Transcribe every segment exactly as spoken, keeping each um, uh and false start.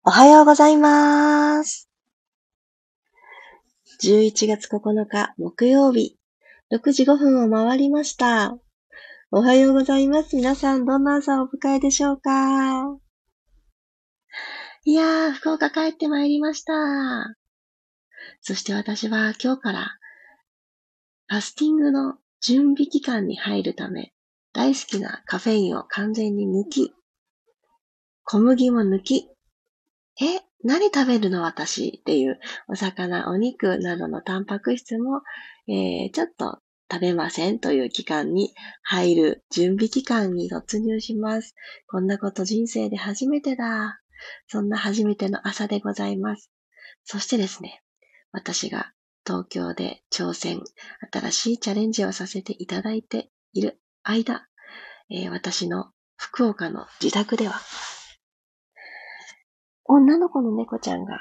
おはようございます。じゅういちがつここのか木曜日、ろくじごふんを回りました。おはようございます。皆さん、どんな朝をお迎えでしょうか？いやー、福岡帰ってまいりました。そして私は今日からファスティングの準備期間に入るため、大好きなカフェインを完全に抜き、小麦も抜き、え、何食べるの私っていうお魚、お肉などのタンパク質も、えー、ちょっと食べませんという期間に入る準備期間に突入します。こんなこと人生で初めてだ。そんな初めての朝でございます。そしてですね、私が東京で挑戦、新しいチャレンジをさせていただいている間、えー、私の福岡の自宅では、女の子の猫ちゃんが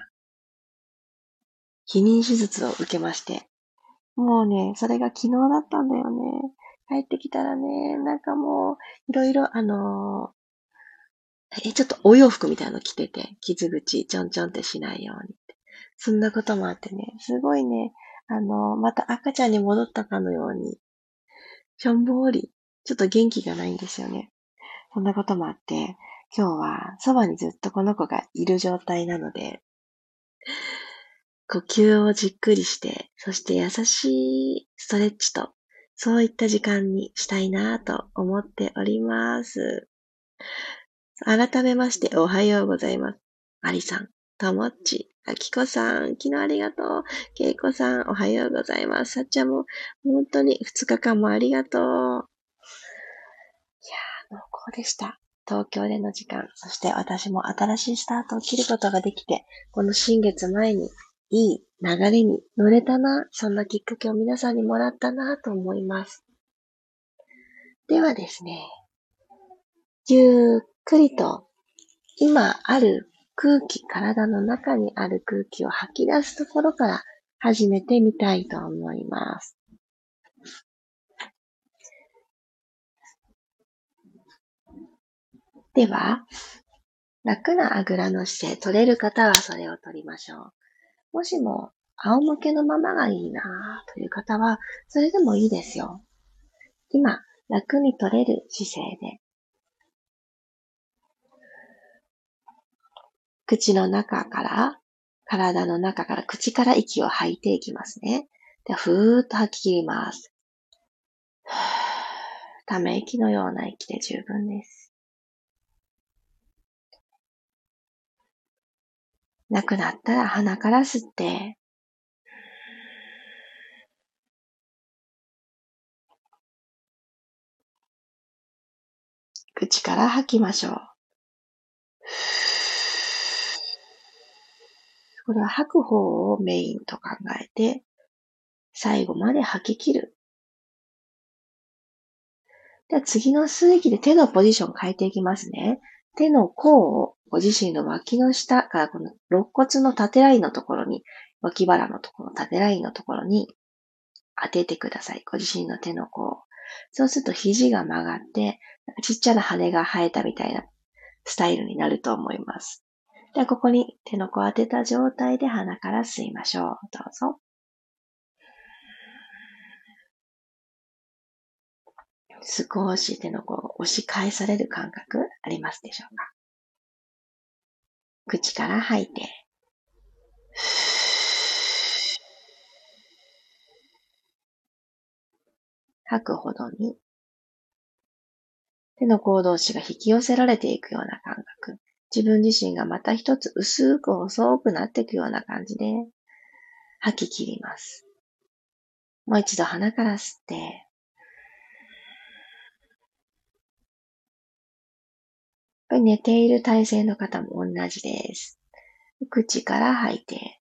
避妊手術を受けまして、もうね、それが昨日だったんだよね。帰ってきたらね、なんかもう、いろいろ、あのー、え、ちょっとお洋服みたいなの着てて、傷口ちょんちょんってしないようにって。そんなこともあってね、すごいね、あのー、また赤ちゃんに戻ったかのように、しょんぼり、ちょっと元気がないんですよね。そんなこともあって、今日はそばにずっとこの子がいる状態なので、呼吸をじっくりして、そして優しいストレッチと、そういった時間にしたいなぁと思っております。改めましておはようございます。マリさん、ともっち、あきこさん、昨日ありがとう。けいこさん、おはようございます。さっちゃんも、本当にふつかかんもありがとう。いやー、濃厚でした。東京での時間、そして私も新しいスタートを切ることができて、この新月前にいい流れに乗れたな、そんなきっかけを皆さんにもらったなと思います。ではですね、ゆっくりと今ある空気、体の中にある空気を吐き出すところから始めてみたいと思います。では、楽なあぐらの姿勢、取れる方はそれを取りましょう。もしも仰向けのままがいいなという方は、それでもいいですよ。今、楽に取れる姿勢で、口の中から、体の中から口から息を吐いていきますね。で、ふーっと吐き切ります。ため息のような息で十分です。なくなったら鼻から吸って、口から吐きましょう。これは吐く方をメインと考えて、最後まで吐き切る。では次の吸う息で手のポジションを変えていきますね。手の甲をご自身の脇の下からこの肋骨の縦ラインのところに、脇腹のところ、縦ラインのところに当ててください。ご自身の手の甲を。そうすると肘が曲がって、ちっちゃな羽が生えたみたいなスタイルになると思います。ではここに手の甲を当てた状態で鼻から吸いましょう。どうぞ。少し手の甲を押し返される感覚ありますでしょうか？口から吐いて、吐くほどに手の甲同士が引き寄せられていくような感覚。自分自身がまた一つ薄く細くなっていくような感じで吐き切ります。もう一度鼻から吸って、寝ている体勢の方も同じです。口から吐いて、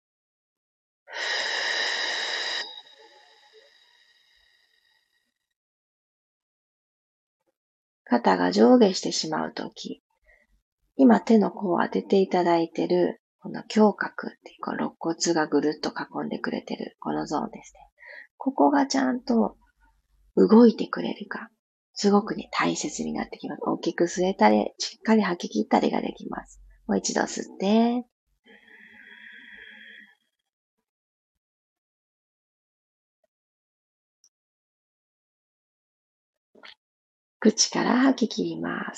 肩が上下してしまうとき、今手の甲を当てていただいている、この胸郭っていうこの肋骨がぐるっと囲んでくれてるこのゾーンですね。ここがちゃんと動いてくれるか、すごくね、大切になってきます。大きく吸えたり、しっかり吐き切ったりができます。 もう一度吸って、口から吐き切ります。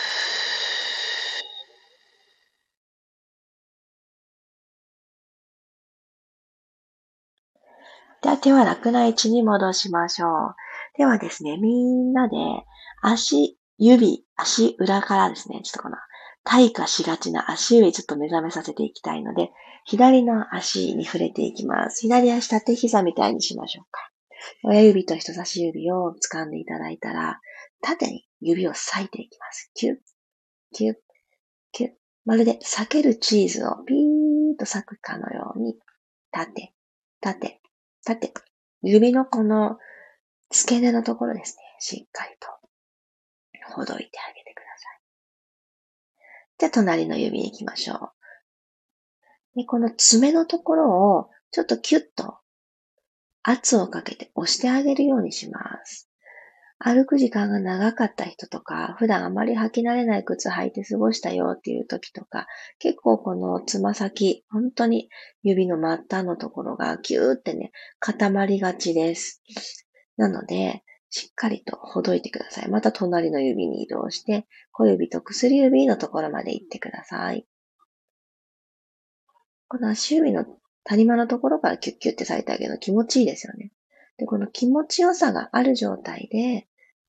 では手は楽な位置に戻しましょう。ではですね、みんなで足、指、足裏からですね、ちょっとこの退化しがちな足指ちょっと目覚めさせていきたいので、左の足に触れていきます。左足縦膝みたいにしましょうか。親指と人差し指を掴んでいただいたら、縦に指を裂いていきます。キュッ、キュッ、キュッ。まるで裂けるチーズをピーッと裂くかのように、縦、縦、縦。指のこの付け根のところですね。しっかりとほどいてあげてください。じゃあ隣の指に行きましょう。で、この爪のところをちょっとキュッと圧をかけて押してあげるようにします。歩く時間が長かった人とか、普段あまり履き慣れない靴履いて過ごしたよっていう時とか、結構このつま先、本当に指の末端のところがキューってね、固まりがちです。なので、しっかりとほどいてください。また隣の指に移動して、小指と薬指のところまで行ってください。この足指の谷間のところからキュッキュッって咲いてあげるの気持ちいいですよね。で、この気持ちよさがある状態で、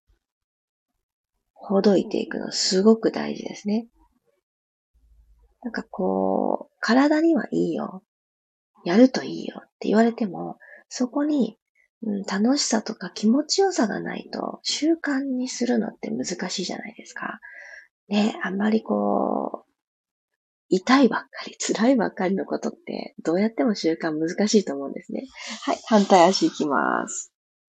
ほどいていくのすごく大事ですね。なんかこう、体にはいいよ。やるといいよって言われても、そこに、うん、楽しさとか気持ちよさがないと習慣にするのって難しいじゃないですか。ね、あんまりこう、痛いばっかり、辛いばっかりのことってどうやっても習慣難しいと思うんですね。はい、反対足いきます。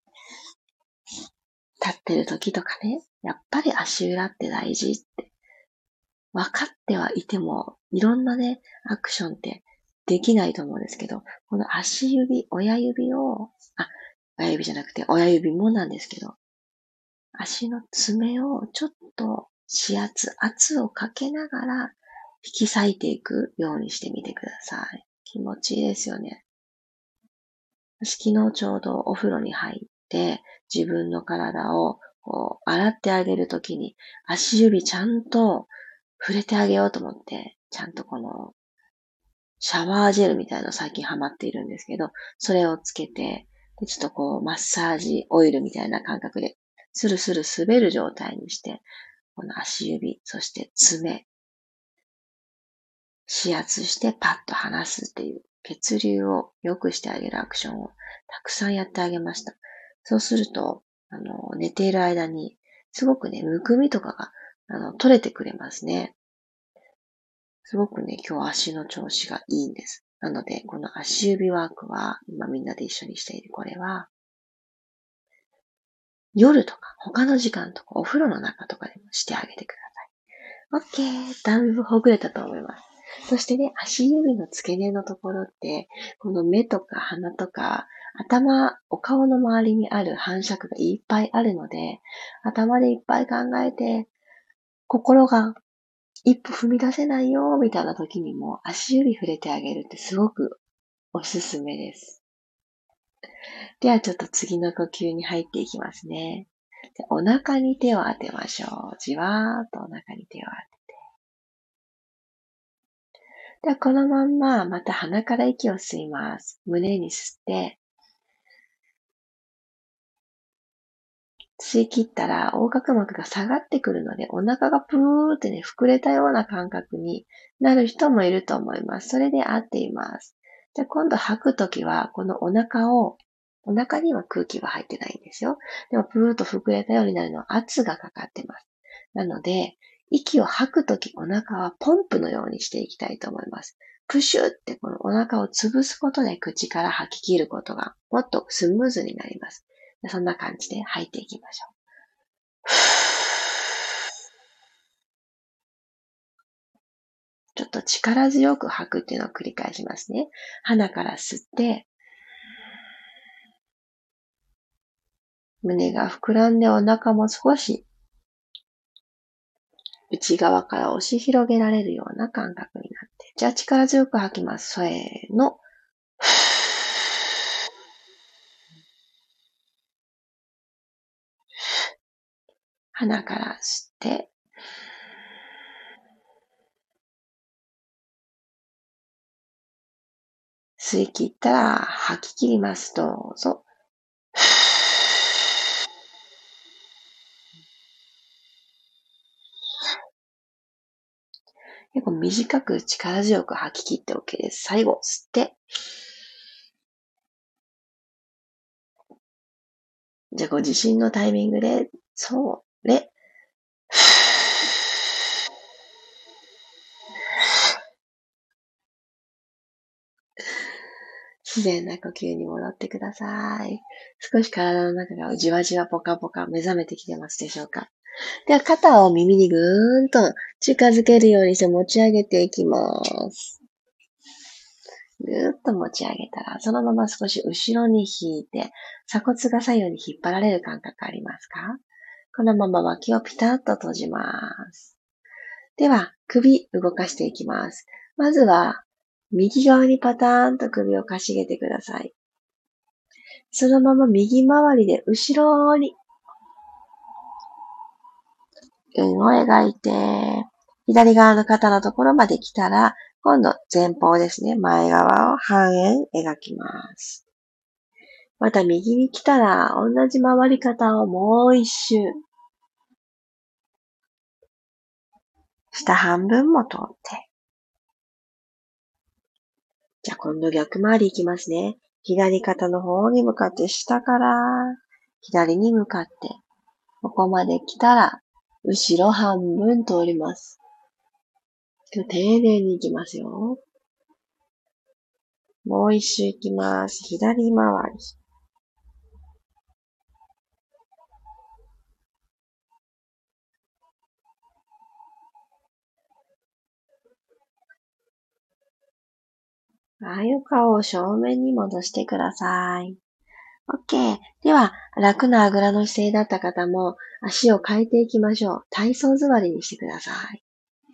立ってる時とかね、やっぱり足裏って大事って分かってはいても、いろんなね、アクションってできないと思うんですけど、この足指、親指を、あ、親指じゃなくて親指もなんですけど、足の爪をちょっと指圧、圧をかけながら引き裂いていくようにしてみてください。気持ちいいですよね。私昨日ちょうどお風呂に入って、自分の体をこう洗ってあげるときに足指ちゃんと触れてあげようと思って、ちゃんとこのシャワージェルみたいなの最近ハマっているんですけど、それをつけて、でちょっとこうマッサージオイルみたいな感覚で、スルスル滑る状態にして、この足指、そして爪、指圧してパッと離すっていう血流を良くしてあげるアクションをたくさんやってあげました。そうすると、あの、寝ている間に、すごくね、むくみとかが、あの、取れてくれますね。すごくね、今日足の調子がいいんです。なので、この足指ワークは、今みんなで一緒にしているこれは、夜とか、他の時間とか、お風呂の中とかでもしてあげてください。OK。だいぶほぐれたと思います。そしてね、足指の付け根のところって、この目とか鼻とか、頭、お顔の周りにある反射区がいっぱいあるので、頭でいっぱい考えて、心が一歩踏み出せないよ、みたいな時にも足指触れてあげるってすごくおすすめです。ではちょっと次の呼吸に入っていきますね。でお腹に手を当てましょう。じわーっとお腹に手を当てて。ではこのまんままた鼻から息を吸います。胸に吸って、吸い切ったら横隔膜が下がってくるので、お腹がプーってね、膨れたような感覚になる人もいると思います。それで合っています。じゃあ今度吐くときは、このお腹を、お腹には空気が入ってないんですよ。でもプーっと膨れたようになるのは圧がかかってます。なので、息を吐くときお腹はポンプのようにしていきたいと思います。プシュってこのお腹を潰すことで口から吐き切ることがもっとスムーズになります。そんな感じで吐いていきましょう。ちょっと力強く吐くっていうのを繰り返しますね。鼻から吸って、胸が膨らんでお腹も少し内側から押し広げられるような感覚になって。じゃあ力強く吐きます。せーの。鼻から吸って、吸い切ったら吐き切ります。どうぞ。結構短く力強く吐き切って OK です。最後、吸って。じゃあご自身のタイミングで、それ。自然な呼吸に戻ってください。少し体の中がじわじわポカポカ目覚めてきてますでしょうか。では肩を耳にぐーんと近づけるようにして持ち上げていきます。ぐーっと持ち上げたら、そのまま少し後ろに引いて、鎖骨が左右に引っ張られる感覚ありますか？このまま脇をピタッと閉じます。では、首動かしていきます。まずは、右側にパターンと首をかしげてください。そのまま右回りで後ろに円を描いて、左側の肩のところまで来たら、今度前方ですね。前側を半円描きます。また右に来たら、同じ回り方をもう一周。下半分も通って。じゃあ今度逆回りいきますね。左肩の方に向かって下から左に向かって、ここまで来たら、後ろ半分通ります。丁寧に行きますよ。もう一周行きます。左回り。はい、お顔を正面に戻してください。OK。では、楽なあぐらの姿勢だった方も足を変えていきましょう。体操座りにしてください。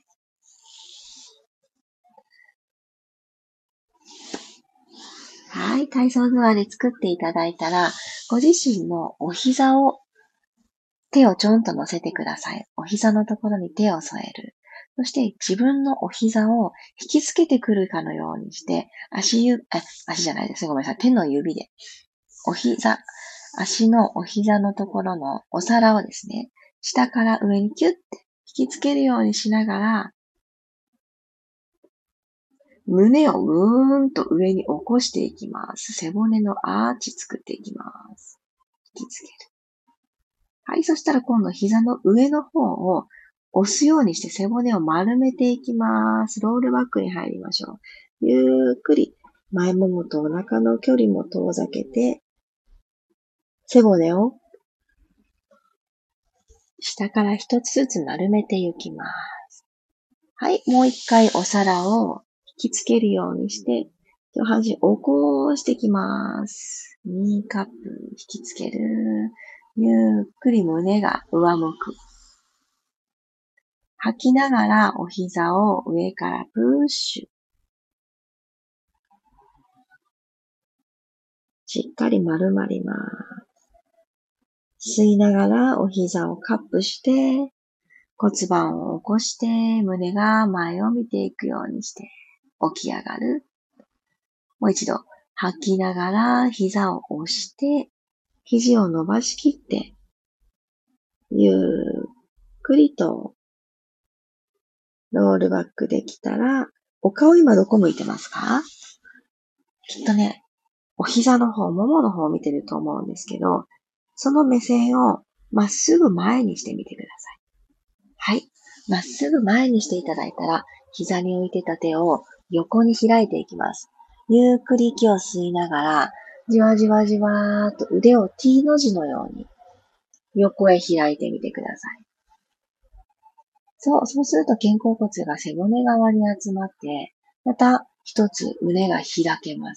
はい、体操座り作っていただいたら、ご自身のお膝を、手をちょんと乗せてください。お膝のところに手を添える。そして自分のお膝を引きつけてくるかのようにして、足ゆ、あ、足じゃないです。ごめんなさい。手の指で、お膝、足のお膝のところのお皿をですね、下から上にキュッて引きつけるようにしながら、胸をぐーんと上に起こしていきます。背骨のアーチ作っていきます。引きつける。はい、そしたら今度膝の上の方を押すようにして背骨を丸めていきます。ロールバックに入りましょう。ゆっくり前ももとお腹の距離も遠ざけて、背骨を下から一つずつ丸めていきます。はい、もう一回お皿を引きつけるようにして、上半身起こしていきます。にカップ引きつける。ゆっくり胸が上向く。吐きながらお膝を上からプッシュ。しっかり丸まります。吸いながらお膝をカップして、骨盤を起こして、胸が前を見ていくようにして、起き上がる。もう一度、吐きながら膝を押して、肘を伸ばしきって、ゆっくりとロールバックできたら、お顔今どこ向いてますか？きっとね、お膝の方、ももの方を見てると思うんですけど、その目線をまっすぐ前にしてみてください。はい。まっすぐ前にしていただいたら、膝に置いてた手を横に開いていきます。ゆっくり息を吸いながら、じわじわじわーっと腕を T の字のように横へ開いてみてください。そう、そうすると肩甲骨が背骨側に集まって、また一つ胸が開けます。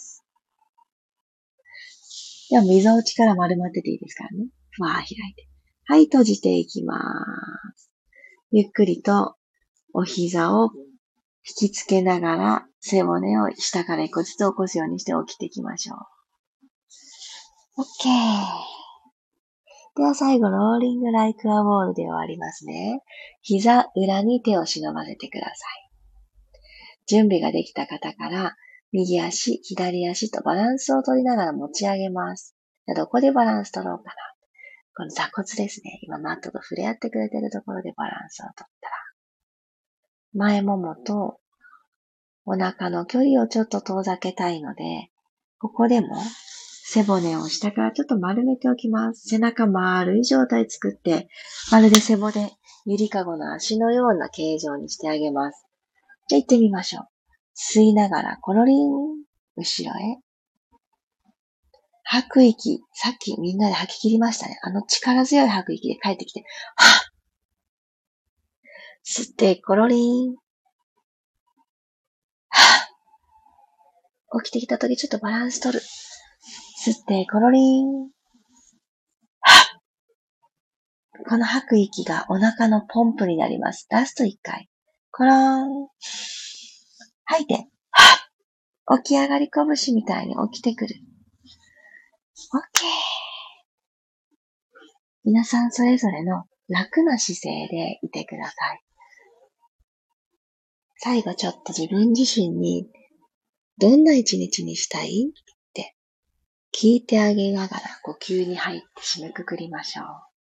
では、溝落ちから丸まってていいですからね。ふわー開いて。はい、閉じていきます。 ゆっくりとお膝を引きつけながら背骨を下から一個ずつ起こすようにして起きていきましょう。OK。では最後、ローリングライクアウォールで終わりますね。膝裏に手を忍ばせてください。準備ができた方から、右足、左足とバランスを取りながら持ち上げます。どこでバランス取ろうかな。この座骨ですね。今マットと触れ合ってくれてるところでバランスを取ったら、前ももとお腹の距離をちょっと遠ざけたいので、ここでも背骨を下からちょっと丸めておきます。背中丸い状態作って、まるで背骨、ゆりかごの足のような形状にしてあげます。じゃあ行ってみましょう。吸いながらコロリン、後ろへ。吐く息、さっきみんなで吐き切りましたね。あの力強い吐く息で帰ってきて、はっ吸って、コロリン。はっ起きてきたときちょっとバランス取る。吸って、コロリン。はっこの吐く息がお腹のポンプになります。ラストいっかい。コローン。吐いて。はっ起き上がり拳みたいに起きてくる。オッケー。皆さんそれぞれの楽な姿勢でいてください。最後ちょっと自分自身にどんな一日にしたいって聞いてあげながら呼吸に入って締めくくりましょう。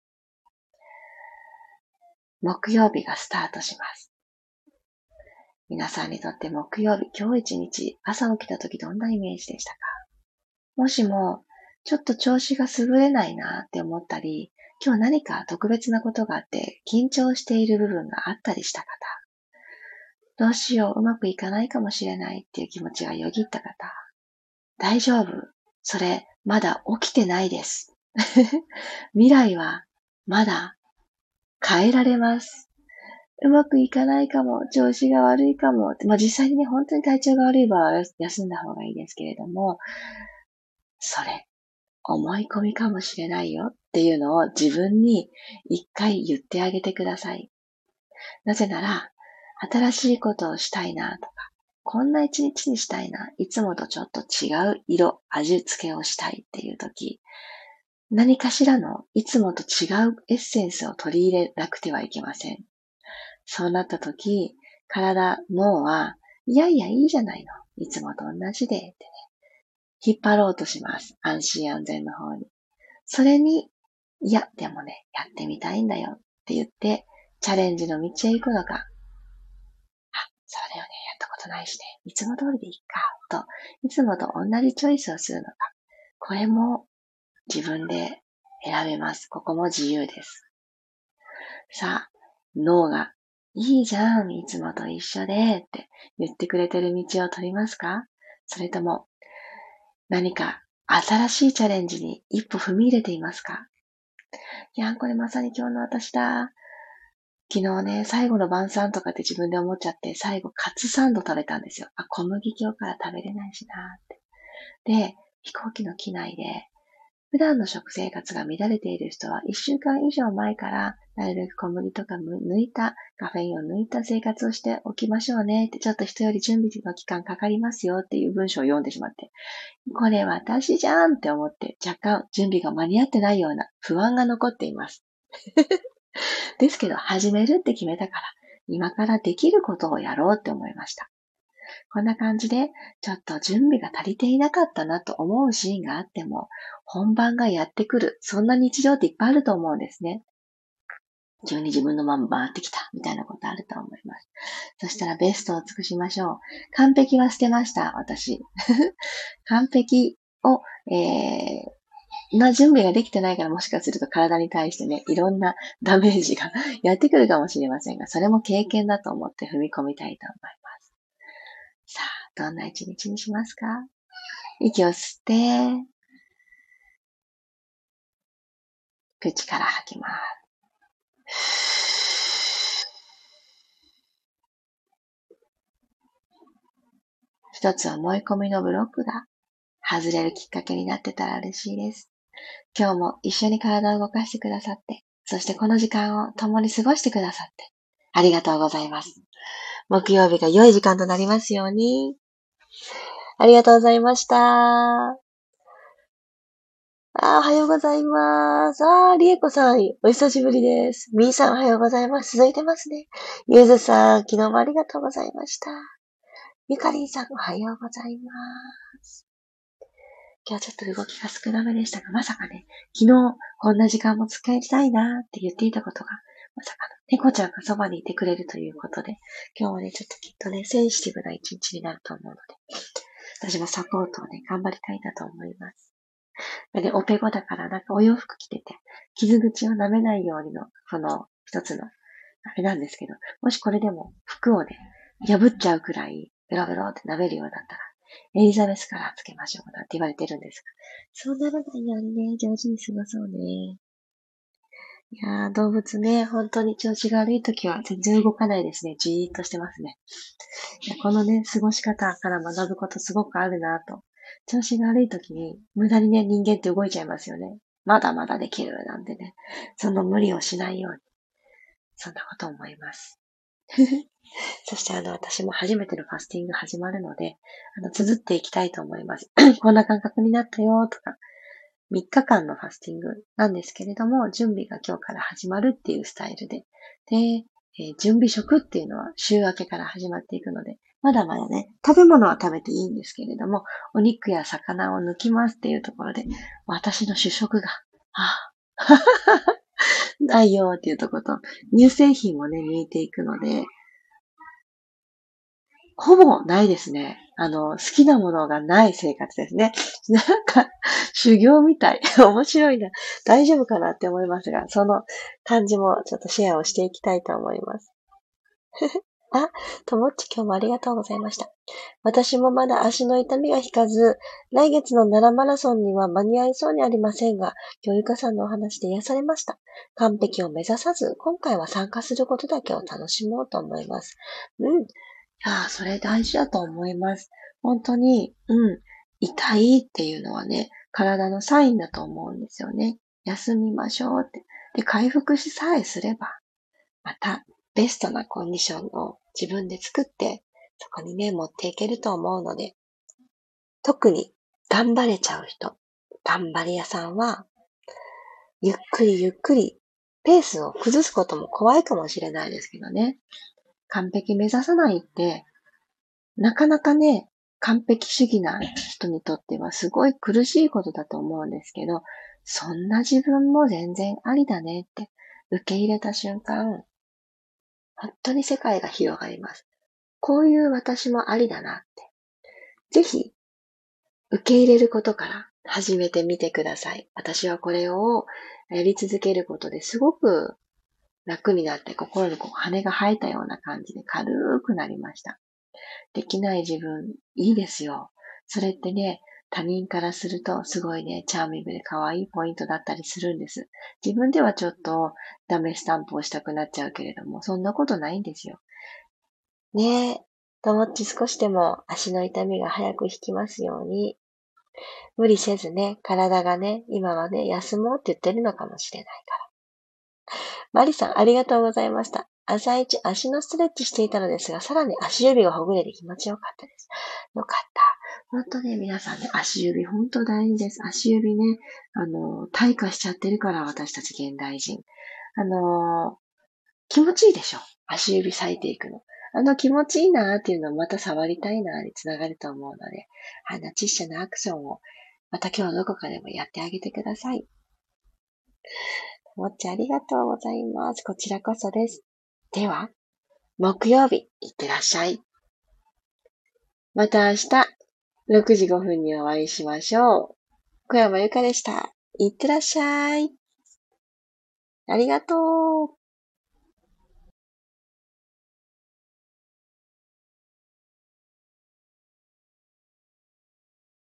木曜日がスタートします。皆さんにとって木曜日、今日一日朝起きた時どんなイメージでしたか？もしもちょっと調子が優れないなって思ったり、今日何か特別なことがあって緊張している部分があったりした方、どうしよう、うまくいかないかもしれないっていう気持ちがよぎった方、大丈夫。それ、まだ起きてないです。未来はまだ変えられます。うまくいかないかも、調子が悪いかも。まあ実際にね、本当に体調が悪い場合は休んだ方がいいですけれども、それ、思い込みかもしれないよっていうのを自分に一回言ってあげてください。なぜなら、新しいことをしたいなとか、こんな一日にしたいな、いつもとちょっと違う色、味付けをしたいっていう時、何かしらのいつもと違うエッセンスを取り入れなくてはいけません。そうなった時、体、脳は、いやいやいいじゃないの。いつもと同じで、ってね。引っ張ろうとします。安心安全の方に。それに、いや、でもね、やってみたいんだよって言って、チャレンジの道へ行くのか、あ、そうだよね、やったことないしね、いつも通りでいいか、と、いつもと同じチョイスをするのか、これも自分で選べます。ここも自由です。さあ、脳が、いいじゃん、いつもと一緒で、って言ってくれてる道を取りますか？それとも、何か新しいチャレンジに一歩踏み入れていますか？いや、これまさに今日の私だ。昨日ね、最後の晩餐とかって自分で思っちゃって、最後カツサンド食べたんですよ。あ、小麦今日から食べれないしなって。で、飛行機の機内で、普段の食生活が乱れている人は、一週間以上前から、なるべく小麦とか抜いた、カフェインを抜いた生活をしておきましょうねって、ちょっと人より準備の期間かかりますよっていう文章を読んでしまって、これ私じゃんって思って、若干準備が間に合ってないような不安が残っています。ですけど、始めるって決めたから、今からできることをやろうって思いました。こんな感じで、ちょっと準備が足りていなかったなと思うシーンがあっても、本番がやってくる、そんな日常っていっぱいあると思うんですね。急に自分のまま回ってきた、みたいなことあると思います。そしたらベストを尽くしましょう。完璧は捨てました、私。完璧を、えー、な準備ができてないからもしかすると体に対してね、いろんなダメージがやってくるかもしれませんが、それも経験だと思って踏み込みたいと思います。さあ、どんな一日にしますか？息を吸って、口から吐きます。一つ思い込みのブロックが外れるきっかけになってたら嬉しいです。今日も一緒に体を動かしてくださって、そしてこの時間を共に過ごしてくださって、 ありがとうございます。木曜日が良い時間となりますように。ありがとうございました。あー、おはようございます。あー、りえこさん、お久しぶりです。みーさん、おはようございます。続いてますね。ゆずさん、昨日もありがとうございました。ゆかりんさん、おはようございます。今日はちょっと動きが少なめでしたが、まさかね、昨日こんな時間も使いたいなって言っていたことが、まさかの猫ちゃんがそばにいてくれるということで、今日はね、ちょっときっとね、センシティブな一日になると思うので、私もサポートをね、頑張りたいなと思います。で、オペ後だからなんかお洋服着てて、傷口を舐めないようにの、この一つの、あれなんですけど、もしこれでも服をね、破っちゃうくらい、ベロベロって舐めるようだったら、エリザベスカラーつけましょうなんて言われてるんですが、そうならないようにね、上手に過ごそうね。いやー、動物ね、本当に調子が悪いときは全然動かないですね。じーっとしてますね。いやこのね、過ごし方から学ぶことすごくあるなと。調子が悪いときに、無駄にね、人間って動いちゃいますよね。まだまだできるなんてね。その無理をしないように。そんなこと思います。そしてあの、私も初めてのファスティング始まるので、あの、綴っていきたいと思います。こんな感覚になったよとか、みっかかんのファスティングなんですけれども、準備が今日から始まるっていうスタイルで、で、えー準備食っていうのは週明けから始まっていくので、まだまだね、食べ物は食べていいんですけれども、お肉や魚を抜きますっていうところで、私の主食が、あないよっていうところと、乳製品もね、抜いていくので、ほぼないですね。あの、好きなものがない生活ですね。なんか、修行みたい。面白いな。大丈夫かなって思いますが、その感じもちょっとシェアをしていきたいと思います。あ、ともっち今日もありがとうございました。私もまだ足の痛みが引かず、来月の奈良マラソンには間に合いそうにありませんが、今日ゆかさんのお話で癒されました。完璧を目指さず、今回は参加することだけを楽しもうと思います。うん。いやー、それ大事だと思います。本当に、うん、痛いっていうのはね、体のサインだと思うんですよね。休みましょうって。で、回復しさえすれば、またベストなコンディションを自分で作って、そこにね、持っていけると思うので、特に頑張れちゃう人、頑張り屋さんは、ゆっくりゆっくりペースを崩すことも怖いかもしれないですけどね。完璧目指さないって、なかなかね、完璧主義な人にとってはすごい苦しいことだと思うんですけど、そんな自分も全然ありだねって受け入れた瞬間、本当に世界が広がります。こういう私もありだなって。ぜひ、受け入れることから始めてみてください。私はこれをやり続けることですごく楽になって心にこう羽が生えたような感じで軽くなりました。できない自分、いいですよ。それってね、他人からするとすごいね、チャーミングで可愛いポイントだったりするんです。自分ではちょっとダメスタンプをしたくなっちゃうけれども、そんなことないんですよ。ねえ、ともっち少しでも足の痛みが早く引きますように、無理せずね、体がね、今はね、休もうって言ってるのかもしれないから。マリさん、ありがとうございました。朝一足のストレッチしていたのですが、さらに足指がほぐれて気持ちよかったです。よかった。本当ね、皆さんね、足指本当大事です。足指ね、あの、退化しちゃってるから私たち現代人。あの、気持ちいいでしょ。足指咲いていくの。あの気持ちいいなーっていうのをまた触りたいなーにつながると思うので、あの小さなアクションをまた今日どこかでもやってあげてください。もっちありがとうございます。こちらこそです。では、木曜日、いってらっしゃい。また明日、ろくじごふんにお会いしましょう。小山由かでした。いってらっしゃい。ありがとう。